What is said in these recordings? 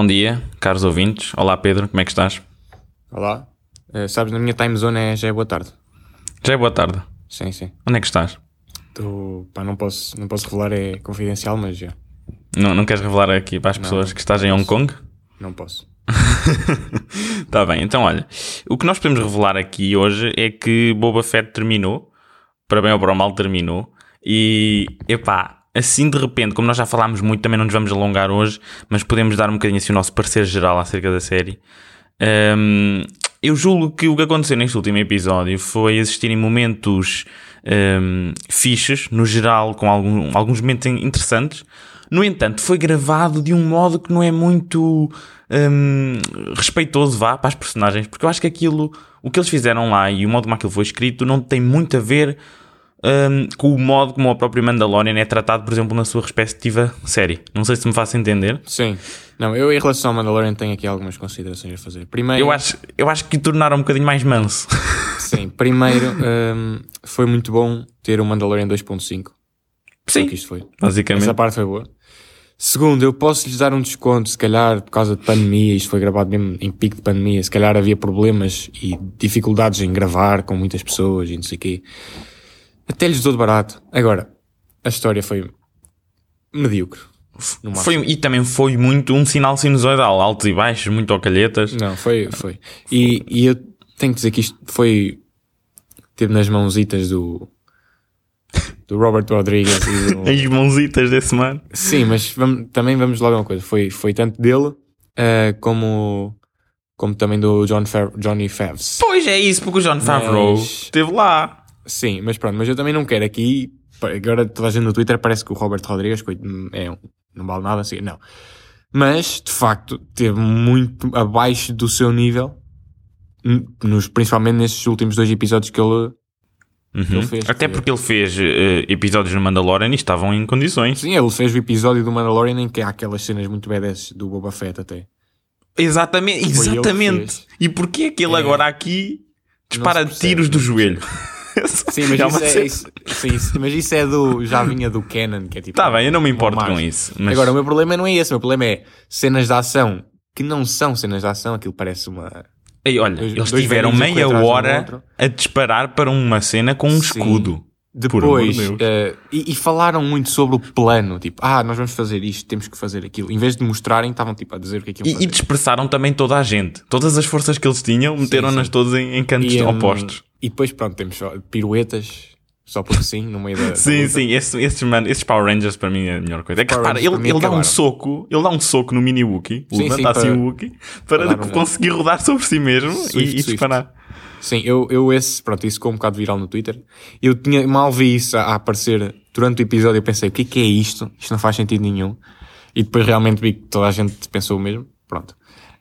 bom dia, caros ouvintes. Olá Pedro, como é que estás? Olá. Sabes, na minha time zone já é boa tarde. Já é boa tarde. Sim, sim. Onde é que estás? Não posso revelar, é confidencial, mas já. Não queres revelar aqui para as pessoas que estás em Hong Kong? Não posso. Tá bem, então olha, o que nós podemos revelar aqui hoje é que Boba Fett terminou, para bem ou para mal terminou, e epá, assim de repente, como nós já falámos muito, também não nos vamos alongar hoje, mas podemos dar um bocadinho assim o nosso parecer geral acerca da série. Eu julgo que o que aconteceu neste último episódio foi existirem momentos fixes, no geral, com alguns momentos interessantes. No entanto, foi gravado de um modo que não é muito respeitoso para as personagens, porque eu acho que o que eles fizeram lá e o modo como aquilo foi escrito não tem muito a ver com o modo como o próprio Mandalorian é tratado, por exemplo, na sua respectiva série. Não sei se me faço entender. Sim. Não, eu em relação ao Mandalorian tenho aqui algumas considerações a fazer. Primeiro, eu acho que tornaram um bocadinho mais manso. Sim, primeiro, foi muito bom ter o Mandalorian 2.5. Sim, que isto foi. Basicamente. Essa parte foi boa. Segundo, eu posso-lhes dar um desconto, se calhar por causa de pandemia, isto foi gravado mesmo em pico de pandemia, se calhar havia problemas e dificuldades em gravar com muitas pessoas e não sei o quê. Até lhes dou de barato. Agora, a história foi medíocre. E também foi muito um sinal sinusoidal, altos e baixos, muito ocalhetas. Não, foi. E eu tenho que dizer que isto foi ter nas mãozitas do Robert Rodriguez e as mãozitas desse mano. Sim, mas também vamos logo a uma coisa. Foi tanto dele como também do Johnny Favs. Pois é isso, porque o Jon Favreau esteve lá. Sim, mas pronto, mas eu também não quero aqui. Agora toda a gente no Twitter parece que o Robert Rodriguez não vale nada assim, não. Mas de facto esteve muito abaixo do seu nível, principalmente nesses últimos 2 episódios que ele fez. Até porque ele fez episódios no Mandalorian e estavam em condições. Sim, ele fez o episódio do Mandalorian em que há aquelas cenas muito badass do Boba Fett até. Exatamente. E porquê é que ele agora aqui dispara tiros do joelho? Sim, mas isso é já vinha do canon, que é tipo... Tá bem, eu não me importo com isso. Mas... Agora, o meu problema não é esse, o meu problema é cenas de ação que não são cenas de ação, aquilo parece uma... Ei, olha, eles tiveram meia hora a disparar para uma cena com um escudo. Depois, e falaram muito sobre o plano, tipo, nós vamos fazer isto, temos que fazer aquilo. Em vez de mostrarem, estavam tipo a dizer o que é que iam fazer. E dispersaram também toda a gente. Todas as forças que eles tinham, meteram-nas todas em cantos opostos. E depois, pronto, temos piruetas, só porque sim, no meio da sim, luta. sim, esses Power Rangers para mim é a melhor coisa. É que repara, ele dá um soco no mini Wookiee, levanta assim o Wookiee, para conseguir rodar sobre si mesmo e disparar. Sim, isso ficou um bocado viral no Twitter. Eu mal vi isso a aparecer durante o episódio, eu pensei, o que é isto? Isto não faz sentido nenhum. E depois realmente vi que toda a gente pensou o mesmo. Pronto.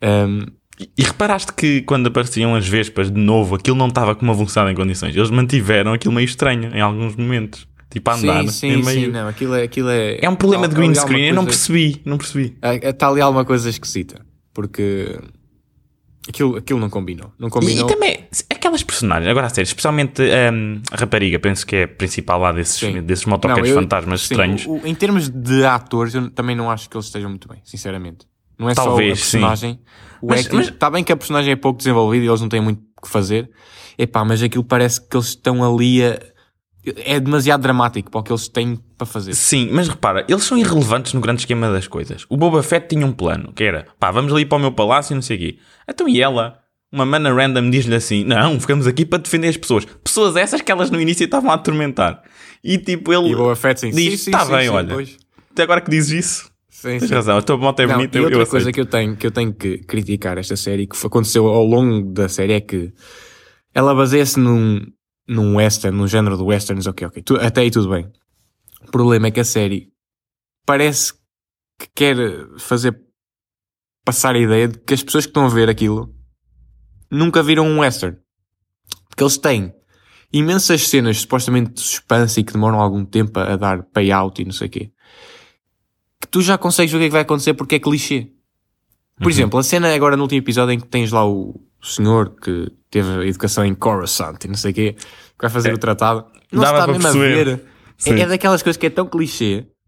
E reparaste que quando apareciam as vespas de novo, aquilo não estava com uma velocidade em condições. Eles mantiveram aquilo meio estranho em alguns momentos. Tipo a andar. Sim, não, aquilo é... É um problema de green screen, eu não percebi. Está ali alguma coisa esquisita. Porque... Aquilo não combinou. E também, aquelas personagens, agora a sério, especialmente a rapariga, penso que é a principal lá desses motoqueiros fantasmas estranhos. Em termos de atores, eu também não acho que eles estejam muito bem, sinceramente. Não é talvez, só a personagem. Mas está bem que a personagem é pouco desenvolvida e eles não têm muito o que fazer. Mas aquilo parece que eles estão ali é demasiado dramático para o que eles têm para fazer. Sim, mas repara, eles são irrelevantes no grande esquema das coisas. O Boba Fett tinha um plano, que era, vamos ali para o meu palácio e não sei o quê. Então e ela, uma mana random, diz-lhe assim, não, ficamos aqui para defender as pessoas. Pessoas essas que elas no início estavam a atormentar. E tipo, ele e o Boba Fett diz, está bem, olha, até agora que dizes isso, tens razão, a tua moto é bonita, eu outra coisa que eu tenho que criticar esta série, que aconteceu ao longo da série, é que ela baseia-se num western, num género de westerns, ok, até aí tudo bem. O problema é que a série parece que quer fazer passar a ideia de que as pessoas que estão a ver aquilo nunca viram um western. Porque eles têm imensas cenas supostamente de suspense e que demoram algum tempo a dar payout e não sei o quê, que tu já consegues ver o que é que vai acontecer porque é clichê. Por exemplo, a cena agora no último episódio em que tens lá o senhor que teve a educação em Coruscant e não sei o quê, que vai fazer o tratado, não se está mesmo a ver. É daquelas coisas que é tão clichê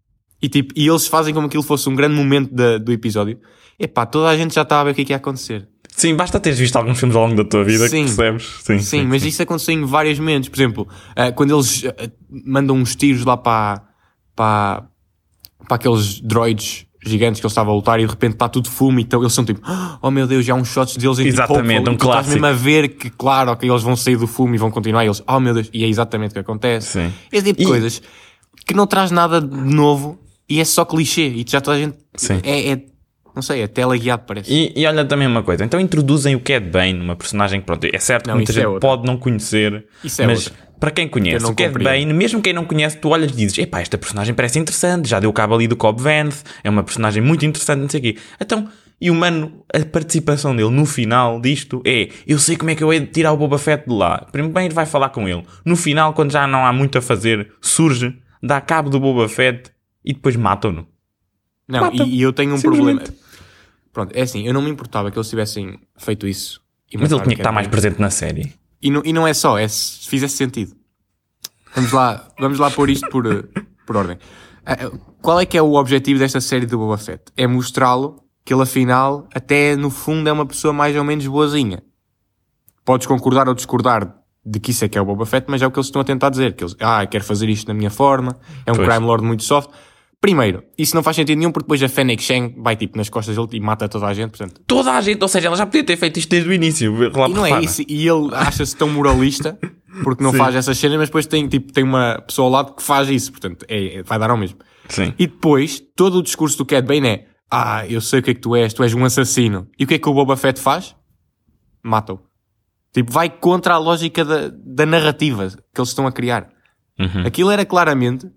E eles fazem como aquilo fosse um grande momento do episódio. Epá, toda a gente já estava a ver o que ia acontecer. Sim, basta teres visto alguns filmes ao longo da tua vida Sim. que percebes. Sim, mas isso aconteceu em vários momentos. Por exemplo, quando eles mandam uns tiros lá para aqueles droids gigantes que eles estavam a lutar e de repente está tudo fumo, então eles são tipo, oh meu Deus, já há uns shots deles em exatamente, tipo, um tu estás clássico. mesmo a ver que, claro, ok, eles vão sair do fumo e vão continuar, e eles, oh meu Deus, e é exatamente o que acontece. Sim. Esse tipo de coisas que não traz nada de novo e é só clichê, e já toda a gente Sim. não sei, é teleguiado, parece. E olha também uma coisa, então introduzem o Cad Bane, uma personagem que, pronto, é certo que Não, muita isso é gente outra. pode não conhecer, Isso é mas outra. para quem conhece, não o Cad compreendo. Bane, mesmo quem não conhece, tu olhas e dizes, epá, esta personagem parece interessante, já deu cabo ali do Cobb Vanth, é uma personagem muito interessante, não sei o quê. Então, e o mano, a participação dele no final disto é, eu sei como é que eu hei de tirar o Boba Fett de lá. Primeiro vai falar com ele. No final, quando já não há muito a fazer, surge, dá cabo do Boba Fett e depois matam-no. Não, Matam. e eu tenho um Simplesmente. problema. Pronto, é assim, eu não me importava que eles tivessem feito isso. E Mas ele mataram tinha que o estar Cad mais Bane. presente na série. E não é só, é se fizesse sentido. Vamos lá pôr isto por ordem. Qual é que é o objetivo desta série do Boba Fett? É mostrá-lo que ele afinal, até no fundo, é uma pessoa mais ou menos boazinha. Podes concordar ou discordar de que isso é que é o Boba Fett, mas é o que eles estão a tentar dizer. Que eles, quero fazer isto na minha forma, é um Pois. crime lord muito soft. Primeiro, isso não faz sentido nenhum, porque depois a Fennec Shand vai tipo nas costas dele e mata toda a gente, portanto... Toda a gente, ou seja, ela já podia ter feito isto desde o início. Lá E não é isso, e ele acha-se tão moralista porque não Sim. faz essas cenas, mas depois tem uma pessoa ao lado que faz isso, portanto vai dar ao mesmo. Sim. E depois, todo o discurso do Cad Bane é eu sei o que é que tu és um assassino. E o que é que o Boba Fett faz? Mata-o. Tipo, vai contra a lógica da narrativa que eles estão a criar. Uhum. Aquilo era claramente,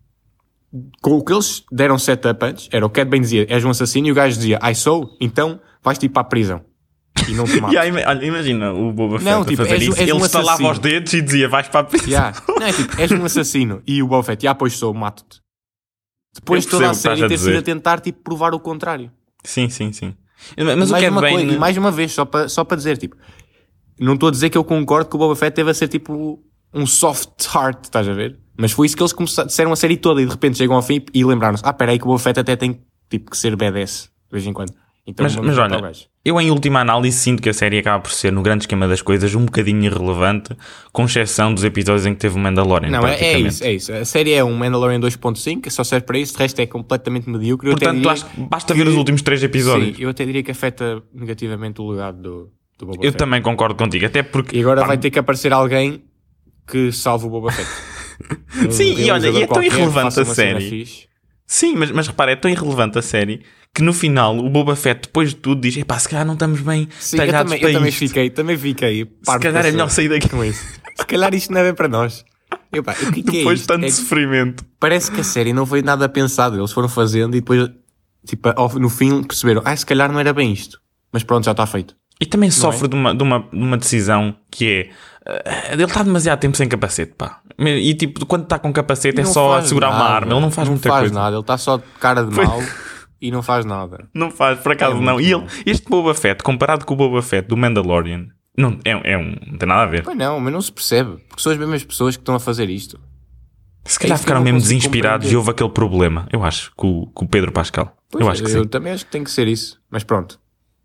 com o que eles deram setup antes, era o Cad Bane dizia, és um assassino, e o gajo dizia, sou, então vais tipo para a prisão. E não te mato. E aí, olha, imagina o Boba Fett Não, a tipo, fazer isso. és Ele um estalava assassino. os dedos e dizia, vais para a prisão. Não é tipo, és um assassino. E o Boba Fett, pois sou, mato-te. Depois Eu toda a percebo o que estás série a ter sido dizer. a tentar tipo, provar o contrário. Sim. Mas o mais Cad uma Bane... coisa, e mais uma vez, só para dizer, tipo, não estou a dizer que eu concordo que o Boba Fett teve a ser tipo um soft heart, estás a ver? Mas foi isso que eles disseram a série toda e de repente chegam ao fim e lembraram-se, espera aí que o Boba Fett até tem tipo que ser badass de vez em quando. Então, Mas vamos matar o olha, gajo. eu em última análise sinto que a série acaba por ser, no grande esquema das coisas, um bocadinho irrelevante, com exceção dos episódios em que teve o Mandalorian. Não, é praticamente. isso. A série é um Mandalorian 2.5, que só serve para isso, de resto é completamente medíocre. Eu até Portanto, diria basta ver os últimos 3 episódios. Sim, eu até diria que afeta negativamente o legado do Boba Eu Fett. também concordo contigo, até porque... E agora pá, vai ter que aparecer alguém que salve o Boba Fett. Sim, e olha, e é tão irrelevante a série. Fixe. Sim, mas repara, é tão irrelevante a série que no final o Boba Fett, depois de tudo, diz: epá, se calhar não estamos bem Sim, eu talhados também, para eu também isto. fiquei. Se calhar é melhor sair daqui. com isso. Se calhar isto não é bem para nós. Epá, o que é Depois de isto? tanto É que sofrimento. parece que a série não foi nada pensado. Eles foram fazendo e depois, tipo, no fim perceberam: se calhar não era bem isto. Mas pronto, já está feito. E também sofre de uma decisão que é... ele está demasiado tempo sem capacete, pá. E tipo, quando está com capacete E é não só faz segurar uma nada. arma. Ele não faz muita coisa. Nada. Ele está só de cara de mal e não faz nada. Não faz, por acaso É não. muito E bom. este Boba Fett, comparado com o Boba Fett do Mandalorian, não tem nada a ver. Pois não, mas não se percebe. Porque são as mesmas pessoas que estão a fazer isto. Se calhar isso que ficaram eu não mesmo consigo desinspirados e compreender. houve aquele problema, eu acho, com o Pedro Pascal. Pois, eu acho que sim. Eu também acho que tem que ser isso. Mas pronto.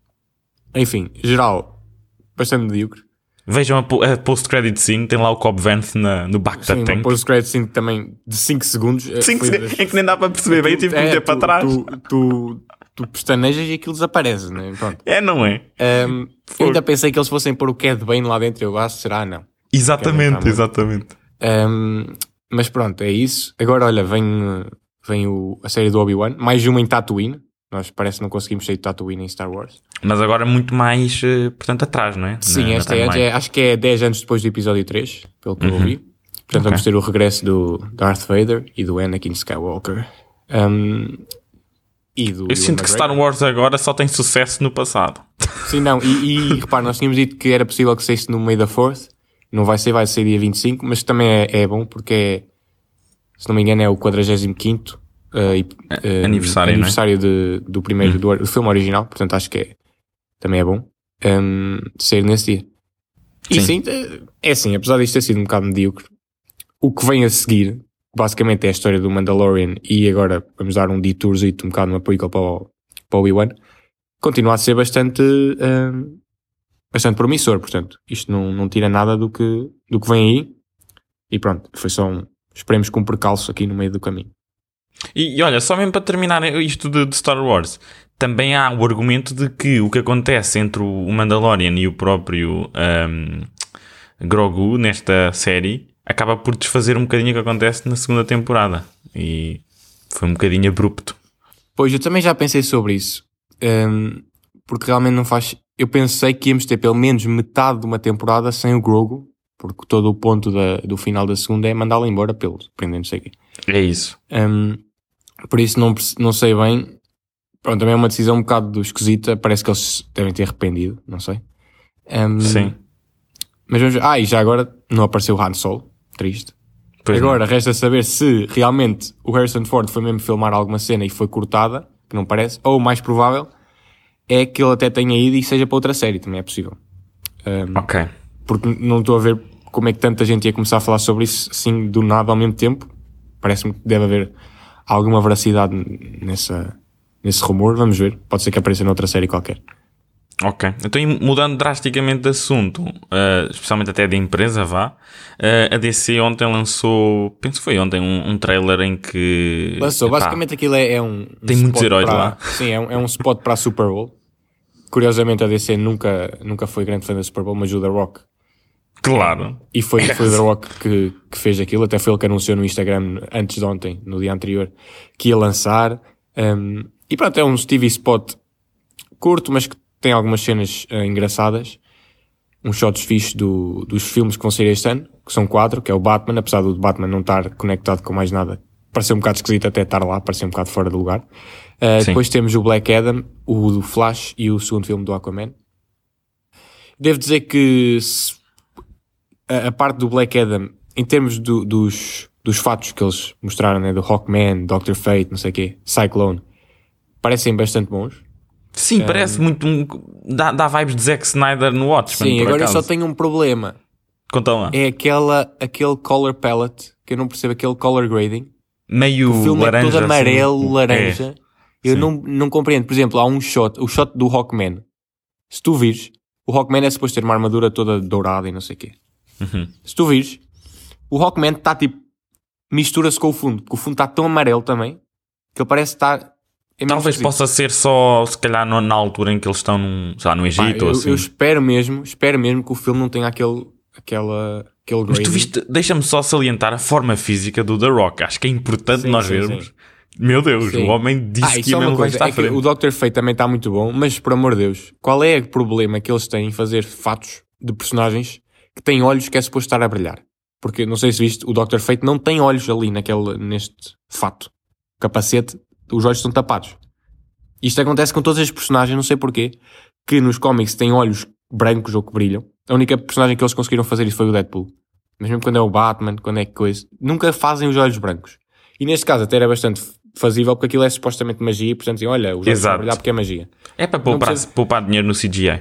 Enfim, geral, bastante medíocre. Vejam a post-credit scene, tem lá o Cobb Vanth no back da Sim, tank. uma post-credit scene também de 5 segundos. Cinco segundos, em que nem dá para perceber bem, eu tive que meter para trás. Tu pestanejas e aquilo desaparece, né? Pronto. É, não é? Eu ainda pensei que eles fossem pôr o Cad Bane lá dentro. Eu acho, será? Não. Exatamente, exatamente. Mas pronto, é isso. Agora, olha, vem a série do Obi-Wan. Mais uma em Tatooine. Nós parece que não conseguimos sair de Tatooine em Star Wars. Mas agora muito mais, portanto, atrás, não é? Sim, esta acho que é 10 anos depois do episódio 3, pelo que eu ouvi. Portanto, Ok. vamos ter o regresso do Darth Vader e do Anakin Skywalker. E do Eu sinto que Star Wars agora só tem sucesso no passado. Sim, não. E repara, nós tínhamos dito que era possível que saísse no May the 4th. Não vai ser dia 25, mas também é bom porque se não me engano, é o 45º aniversário, do primeiro do filme original. Portanto, acho que também é bom sair nesse dia. E sim, é assim, apesar disto ter sido um bocado medíocre, o que vem a seguir basicamente é a história do Mandalorian, e agora vamos dar um detourzinho um bocado uma prequel para o Obi-Wan, continua a ser bastante promissor. Portanto, isto não tira nada do que vem aí, e pronto, foi só esperemos com um percalço aqui no meio do caminho. E olha, só mesmo para terminar isto de Star Wars, também há o argumento de que o que acontece entre o Mandalorian e o próprio Grogu nesta série acaba por desfazer um bocadinho o que acontece na segunda temporada, e foi um bocadinho abrupto. Pois, eu também já pensei sobre isso, porque realmente não faz... Eu pensei que íamos ter pelo menos metade de uma temporada sem o Grogu, porque todo o ponto do final da segunda é mandá-lo embora pelo prendendo, não sei o quê. É isso. Por isso não sei bem. Pronto, também é uma decisão um bocado esquisita, parece que eles devem ter arrependido, não sei. Sim. Mas vamos ver. E já agora não apareceu o Han Solo, triste. Pois agora não. resta saber se realmente o Harrison Ford foi mesmo filmar alguma cena e foi cortada, que não parece, ou o mais provável é que ele até tenha ido e seja para outra série, também é possível. Ok. Porque não estou a ver como é que tanta gente ia começar a falar sobre isso assim do nada ao mesmo tempo. Parece-me que deve haver alguma veracidade nesse rumor. Vamos ver, pode ser que apareça noutra série qualquer. Ok, então mudando drasticamente de assunto, especialmente até de empresa, a DC ontem lançou, penso que foi ontem, um trailer em que... Lançou, basicamente aquilo é um tem muitos heróis para, lá. Sim, é um spot para a Super Bowl. Curiosamente a DC nunca foi grande fã da Super Bowl, mas o The Rock... Claro. E foi o The Rock que fez aquilo, até foi ele que anunciou no Instagram antes de ontem, no dia anterior, que ia lançar. E pronto, é um TV spot curto, mas que tem algumas cenas engraçadas, uns shots fixes dos filmes que vão sair este ano, que são 4, que é o Batman, apesar do Batman não estar conectado com mais nada, pareceu um bocado esquisito até estar lá, pareceu um bocado fora do lugar. Depois temos o Black Adam, o do Flash e o segundo filme do Aquaman. Devo dizer que a parte do Black Adam, em termos dos fatos que eles mostraram, né, do Hawkman, Dr. Fate, não sei o quê, Cyclone, parecem bastante bons. Sim, parece muito... Dá vibes de Zack Snyder no Watchmen. Sim, por agora acaso. eu só tenho um problema. Conta lá. É aquele color palette, que eu não percebo, aquele color grading. Meio O filme laranja. é todo amarelo, assim, laranja. Eu não compreendo. Por exemplo, há o shot do Hawkman. Se tu vires, o Hawkman é suposto ter uma armadura toda dourada e não sei o quê. Uhum. Se tu vires, o Hawkman está tipo... mistura-se com o fundo, porque o fundo está tão amarelo também, que ele parece estar... Talvez possa ser só, se calhar, na altura em que eles estão no Egito ou assim. Eu espero mesmo que o filme não tenha aquele grading. Mas tu viste, deixa-me só salientar a forma física do The Rock. Acho que é importante nós vermos. Sim. Meu Deus, sim. O homem disse que ia mesmo vai estar à frente. O Dr. Fate também está muito bom, mas por amor de Deus, qual é o problema que eles têm em fazer fatos de personagens que têm olhos que é suposto estar a brilhar? Porque, não sei se viste, o Dr. Fate não tem olhos ali neste fato. O capacete, os olhos estão tapados. Isto acontece com todos os personagens, não sei porquê, que nos cómics têm olhos brancos ou que brilham. A única personagem que eles conseguiram fazer isso foi o Deadpool. Mas mesmo quando é o Batman, quando é coisa, nunca fazem os olhos brancos. E neste caso até era bastante fazível, porque aquilo é supostamente magia, e portanto, olha, os olhos estão a brilhar porque é magia. É para poupar dinheiro no CGI.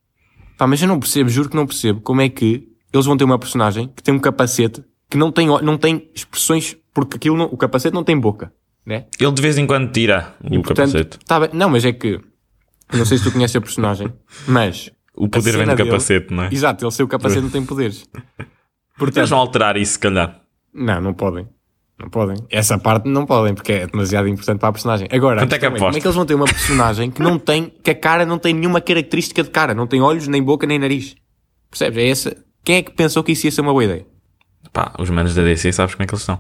Mas eu não percebo, juro que não percebo como é que eles vão ter uma personagem que tem um capacete que não tem expressões, porque o capacete não tem boca, né? Ele de vez em quando tira o capacete. Tá bem. Não, mas é que, não sei se tu conheces a personagem, mas... O poder vem do capacete, não é? Exato, ele sem o capacete não tem poderes. Portanto, eles vão alterar isso, se calhar. Não podem. Não podem. Essa parte não podem, porque é demasiado importante para a personagem. Agora, como é que eles vão ter uma personagem que a cara não tem nenhuma característica de cara, não tem olhos, nem boca, nem nariz. Percebes? É essa. Quem é que pensou que isso ia ser uma boa ideia? Os manos da DC sabes como é que eles são.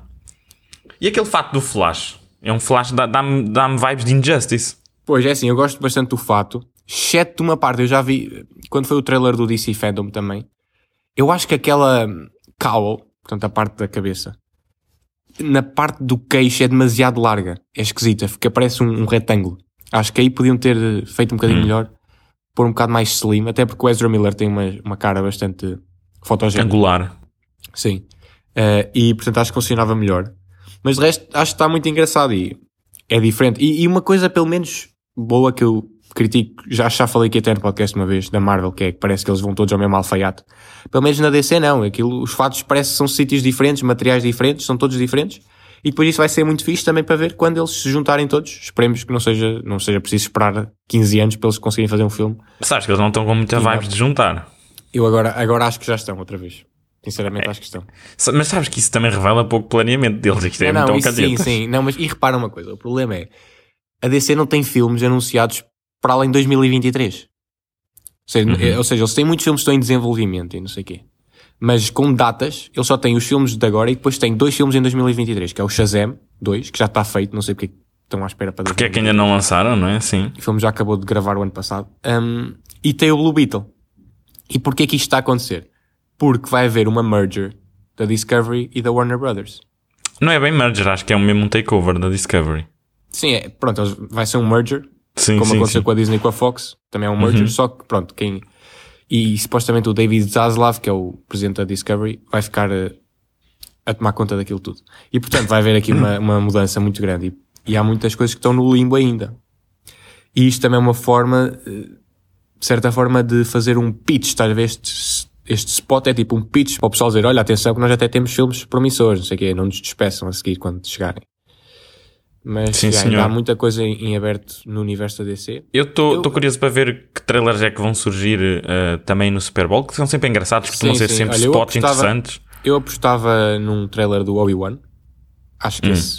E aquele fato do Flash? É um Flash, dá-me vibes de Injustice. Pois é assim, eu gosto bastante do fato, exceto de uma parte, eu já vi, quando foi o trailer do DC Fandom também, eu acho que aquela cowl, portanto a parte da cabeça, na parte do queixo é demasiado larga, é esquisita, porque parece um retângulo. Acho que aí podiam ter feito um bocadinho melhor, pôr um bocado mais slim, até porque o Ezra Miller tem uma cara bastante fotogénica. Angular. Sim. E portanto acho que funcionava melhor. Mas de resto acho que está muito engraçado e é diferente. E uma coisa pelo menos boa que eu critico, já falei aqui até no podcast uma vez, da Marvel, que é que parece que eles vão todos ao mesmo alfaiate. Pelo menos na DC não, os fatos parece que são sítios diferentes, materiais diferentes, são todos diferentes, E depois isso vai ser muito fixe também para ver quando eles se juntarem todos. Esperemos que não seja preciso esperar 15 anos para eles conseguirem fazer um filme. Sabes que eles não estão com muita vibes de juntar. Eu agora acho que já estão outra vez. Sinceramente acho que estão. Mas sabes que isso também revela pouco planeamento deles. Isto é muito isso, sim. Não, mas e repara uma coisa. O problema é a DC não tem filmes anunciados para além de 2023. Ou seja, eles têm muitos filmes que estão em desenvolvimento e não sei o quê. Mas com datas, eles só têm os filmes de agora e depois têm 2 filmes em 2023, que é o Shazam 2, que já está feito, não sei porque estão à espera para... Porque é que ainda não lançaram, não é? Sim. O filme já acabou de gravar o ano passado. E tem o Blue Beetle. E porquê é que isto está a acontecer? Porque vai haver uma merger da Discovery e da Warner Brothers. Não é bem merger, acho que é mesmo um takeover da Discovery. Sim, pronto, vai ser um merger, como aconteceu com a Disney e com a Fox, também é um merger, só que pronto, E supostamente o David Zaslav, que é o presidente da Discovery, vai ficar a tomar conta daquilo tudo. E portanto vai haver aqui uma mudança muito grande. E há muitas coisas que estão no limbo ainda. E isto também é uma forma, de certa forma, de fazer um pitch. Talvez este spot é tipo um pitch para o pessoal dizer: olha, atenção que nós até temos filmes promissores, não sei o quê, não nos despeçam a seguir quando chegarem. Mas ainda há muita coisa em aberto no universo da DC. Eu estou curioso para ver que trailers é que vão surgir também no Super Bowl, que são sempre engraçados, costumam ser sempre spots interessantes. Eu apostava num trailer do Obi-Wan. Acho que esse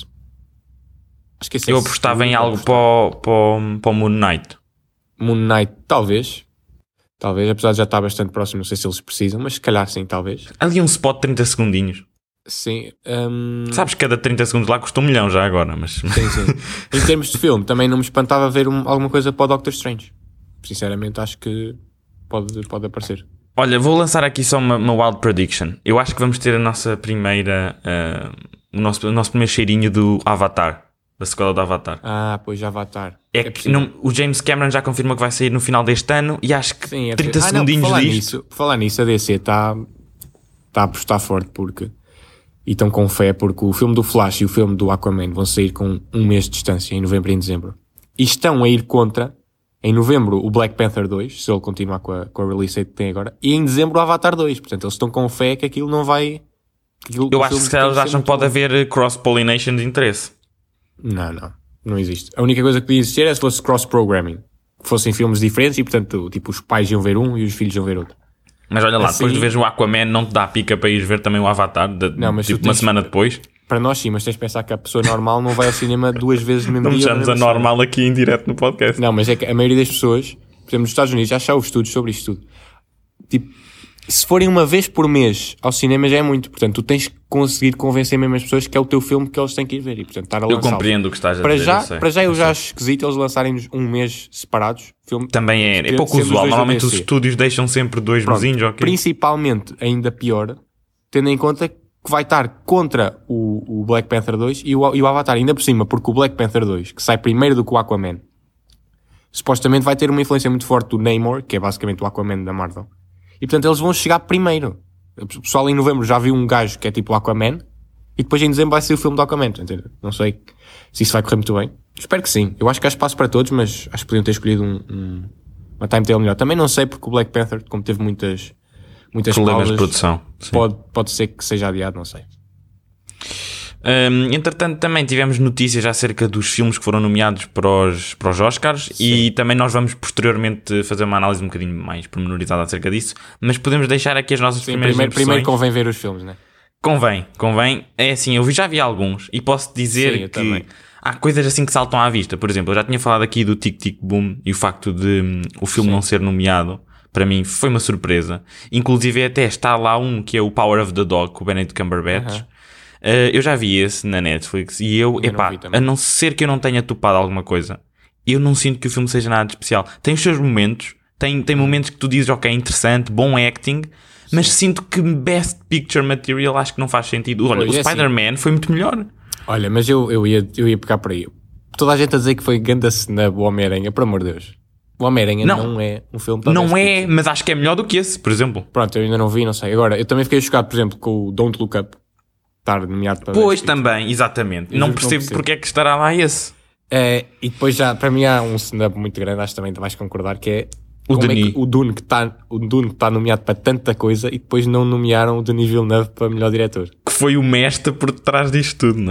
eu apostava em algo para o Moon Knight. Moon Knight, talvez, apesar de já estar bastante próximo, não sei se eles precisam, mas se calhar sim, talvez. Ali um spot de 30 segundinhos. Sim. Sabes que cada 30 segundos lá custa $1 milhão já agora, mas... Sim. Em termos de filme, também não me espantava ver alguma coisa para o Doctor Strange. Sinceramente, acho que pode aparecer. Olha, vou lançar aqui só uma wild prediction. Eu acho que vamos ter a nossa primeira... o nosso primeiro cheirinho do Avatar. Da sequela do Avatar. Pois Avatar. É que o James Cameron já confirmou que vai sair no final deste ano e acho que 30 segundinhos disto... Por falar nisso, a DC está a apostar forte porque... E estão com fé porque o filme do Flash e o filme do Aquaman vão sair com um mês de distância, em novembro e em dezembro. E estão a ir contra, em novembro, o Black Panther 2, se ele continuar com a release date que tem agora, e em dezembro o Avatar 2. Portanto, eles estão com fé que aquilo não vai... Eu acho que se eles acham que pode haver cross-pollination de interesse. Não existe. A única coisa que podia existir é se fosse cross-programming. Que fossem filmes diferentes e, portanto, tipo, os pais iam ver um e os filhos iam ver outro. Mas olha lá, depois de veres o Aquaman, não te dá a pica para ir ver também o Avatar, tipo uma semana depois? Para nós sim, mas tens de pensar que a pessoa normal não vai ao cinema 2 vezes no mesmo dia. Não me chames a normal aqui em direto no podcast. Não, mas é que a maioria das pessoas, por exemplo, nos Estados Unidos, já houve estudos sobre isto tudo. Tipo, se forem uma vez por mês ao cinema já é muito. Portanto, tu tens que conseguir convencer mesmo as pessoas que é o teu filme que eles têm que ir ver. E, portanto, estar a lançá-lo. Eu compreendo o que estás a dizer. Para já eu já acho esquisito eles lançarem-nos um mês separados. Filme, também é pouco usual. Normalmente os estúdios deixam sempre 2 mesinhos. Okay? Principalmente, ainda pior, tendo em conta que vai estar contra o Black Panther 2 e o Avatar. Ainda por cima, porque o Black Panther 2, que sai primeiro do que o Aquaman, supostamente vai ter uma influência muito forte do Namor, que é basicamente o Aquaman da Marvel. E portanto eles vão chegar primeiro. O pessoal em novembro já viu um gajo que é tipo o Aquaman e depois em dezembro vai ser o filme do Aquaman. Entendeu? Não sei se isso vai correr muito bem. Espero que sim. Eu acho que há espaço para todos, mas acho que podiam ter escolhido uma timetable melhor. Também não sei porque o Black Panther, como teve muitas problemas de produção, pode ser que seja adiado, não sei. Entretanto também tivemos notícias acerca dos filmes que foram nomeados para os Oscars. Sim. E também nós vamos posteriormente fazer uma análise um bocadinho mais pormenorizada acerca disso, mas podemos deixar aqui as nossas primeiras impressões. Primeiro convém ver os filmes, não é? Convém. É assim, eu já vi alguns e posso dizer que há coisas assim que saltam à vista. Por exemplo, eu já tinha falado aqui do Tic Tic Boom e o facto de o filme não ser nomeado. Para mim foi uma surpresa. Inclusive até está lá um que é o Power of the Dog, com o Benedict Cumberbatch. Eu já vi esse na Netflix e a não ser que eu não tenha topado alguma coisa, eu não sinto que o filme seja nada de especial. Tem os seus momentos, tem momentos que tu dizes, ok, interessante, bom acting, mas sinto que Best Picture Material acho que não faz sentido. Olha, o Spider-Man foi muito melhor. Olha, mas eu ia pegar por aí. Toda a gente a dizer que foi ganda snub o Homem-Aranha, por amor de Deus. O Homem-Aranha não é um filme para não é, Picture. Mas acho que é melhor do que esse, por exemplo. Pronto, eu ainda não vi, não sei. Agora, eu também fiquei chocado, por exemplo, com o Don't Look Up. Estar nomeado para pois também, exatamente. Não percebo porque é que estará lá esse. E depois já, para mim há um stand-up muito grande, acho que também vais concordar, que é o Dune que está nomeado para tanta coisa e depois não nomearam o Denis Villeneuve para melhor diretor. Que foi o mestre por detrás disto tudo, não é?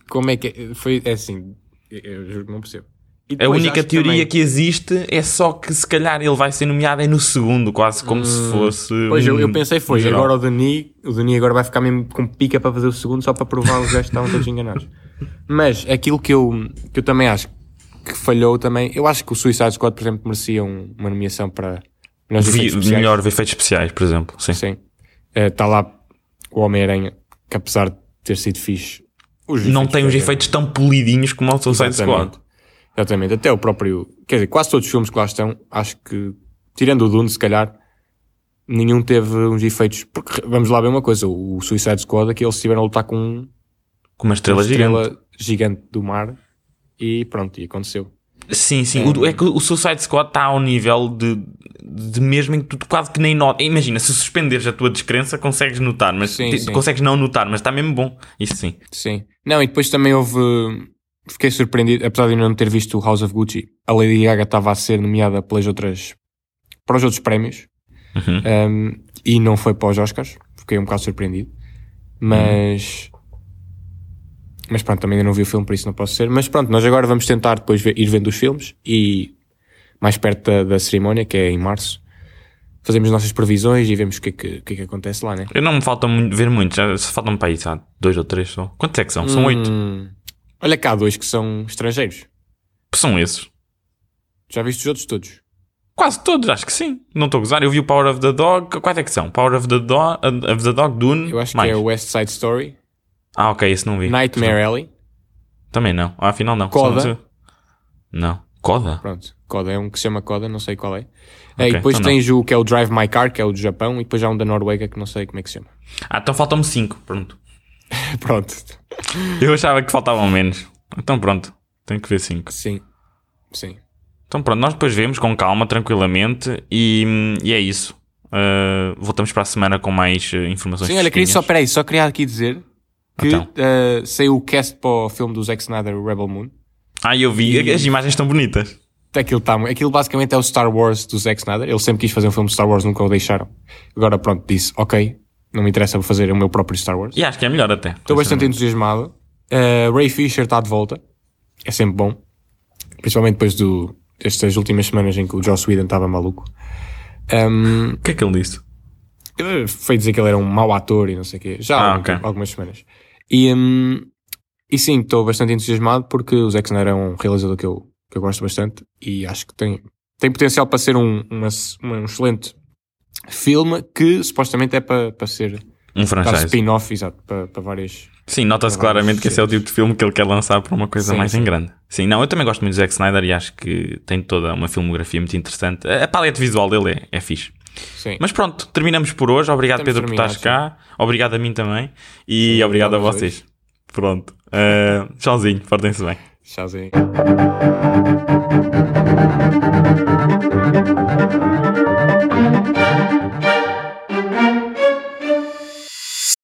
como é que foi? É assim, eu juro que não percebo. E A depois única acho teoria também- que existe é só que se calhar ele vai ser nomeado no segundo, quase como se fosse. Pois eu pensei foi, geral. agora o Denis agora vai ficar mesmo com pica para fazer o segundo só para provar os gajos que estavam todos enganados. Mas aquilo que eu também acho que falhou também, eu acho que o Suicide Squad, por exemplo, merecia uma nomeação para melhores efeitos especiais. Melhor efeitos especiais, por exemplo. Sim. Sim. Está lá o Homem-Aranha, que apesar de ter sido fixe, Não tem os efeitos tão polidinhos como o Suicide Squad. Exatamente, até o próprio, quer dizer, quase todos os filmes que lá estão, acho que, tirando o Dune, se calhar, nenhum teve uns efeitos, porque vamos lá ver uma coisa, o Suicide Squad, aqui eles estiveram a lutar com Com uma estrela gigante. gigante do mar, e pronto, e aconteceu. Sim. É que o Suicide Squad está ao nível de mesmo em que tu quase que nem notas. Imagina, se suspenderes a tua descrença, consegues notar, mas Sim. consegues não notar, mas está mesmo bom. Isso sim. Sim. Não, e depois também fiquei surpreendido, apesar de eu não ter visto o House of Gucci, a Lady Gaga estava a ser nomeada para os outros prémios, e não foi para os Oscars, fiquei um bocado surpreendido, mas pronto, também ainda não vi o filme, por isso não posso ser, mas pronto, nós agora vamos tentar depois ir vendo os filmes, e mais perto da cerimónia, que é em março, fazemos as nossas previsões e vemos o que é que acontece lá, né? Eu não me falta ver muito, já faltam para aí, sabe? 2 ou 3 só. Quantos é que são? São 8. Olha cá, 2 que são estrangeiros. São esses. Já viste os outros todos? Quase todos, acho que sim. Não estou a gozar. Eu vi o Power of the Dog. Quais é que são? Power of the Dog, Dune. Eu acho mais. que é o West Side Story, Ah, ok, esse não vi. Nightmare Alley. Também não. Afinal não. Coda. Não. Coda? Pronto, Coda, é um que se chama Coda, não sei qual é. Ok, E depois então tens o que é o Drive My Car, que é o do Japão, e depois há um da Noruega que não sei como é que se chama. Então faltam-me 5. Pronto. Pronto. Eu achava que faltavam menos. Então pronto. Tenho que ver 5. Sim. Então pronto, nós depois vemos com calma, tranquilamente. E é isso. Voltamos para a semana com mais informações. Sim, olha, só queria aqui dizer que Então. saiu o cast para o filme do Zack Snyder, o Rebel Moon. Eu vi. As imagens estão bonitas. Aquilo basicamente é o Star Wars do Zack Snyder. Ele sempre quis fazer um filme de Star Wars, nunca o deixaram. Agora pronto, disse, ok, não me interessa, vou fazer o meu próprio Star Wars. E acho que é melhor até. Estou bastante entusiasmado. Ray Fisher está de volta. É sempre bom. Principalmente depois destas últimas semanas em que o Joss Whedon estava maluco. O que é que ele disse? Foi dizer que ele era um mau ator e não sei o quê. Já há algumas semanas. E sim, estou bastante entusiasmado porque o Zack Snyder é um realizador que eu gosto bastante e acho que tem potencial para ser um excelente filme que supostamente é para ser Um franchise. spin-off, exato, para várias... Sim, nota-se claramente que esse é o tipo de filme que ele quer lançar para uma coisa mais em grande. Sim, não, eu também gosto muito do Zack Snyder e acho que tem toda uma filmografia muito interessante. A paleta visual dele é fixe. Sim. Mas pronto, terminamos por hoje. Obrigado, Pedro, por estares cá. Obrigado a mim também. E obrigado a vocês. Pronto. Tchauzinho, portem-se bem. Tchauzinho.